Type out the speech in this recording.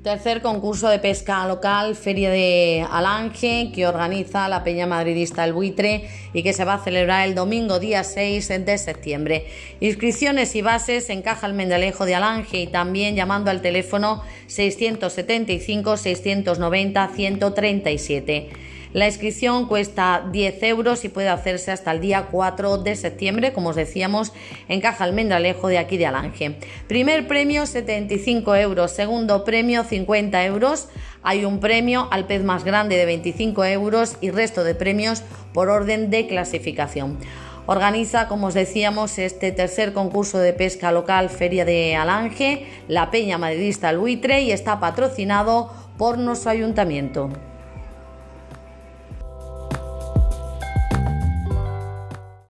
Tercer concurso de pesca local, Feria de Alange, que organiza la Peña Madridista El Buitre y que se va a celebrar el domingo día 6 de septiembre. Inscripciones y bases en Caja Almendralejo de Alange y también llamando al teléfono 675 690 137. La inscripción cuesta 10 euros y puede hacerse hasta el día 4 de septiembre, como os decíamos, en Caja Almendralejo de aquí de Alange. Primer premio 75 euros, segundo premio 50 euros. Hay un premio al pez más grande de 25 euros y resto de premios por orden de clasificación. Organiza, como os decíamos, este tercer concurso de pesca local Feria de Alange, la Peña Madridista El Buitre, y está patrocinado por nuestro ayuntamiento.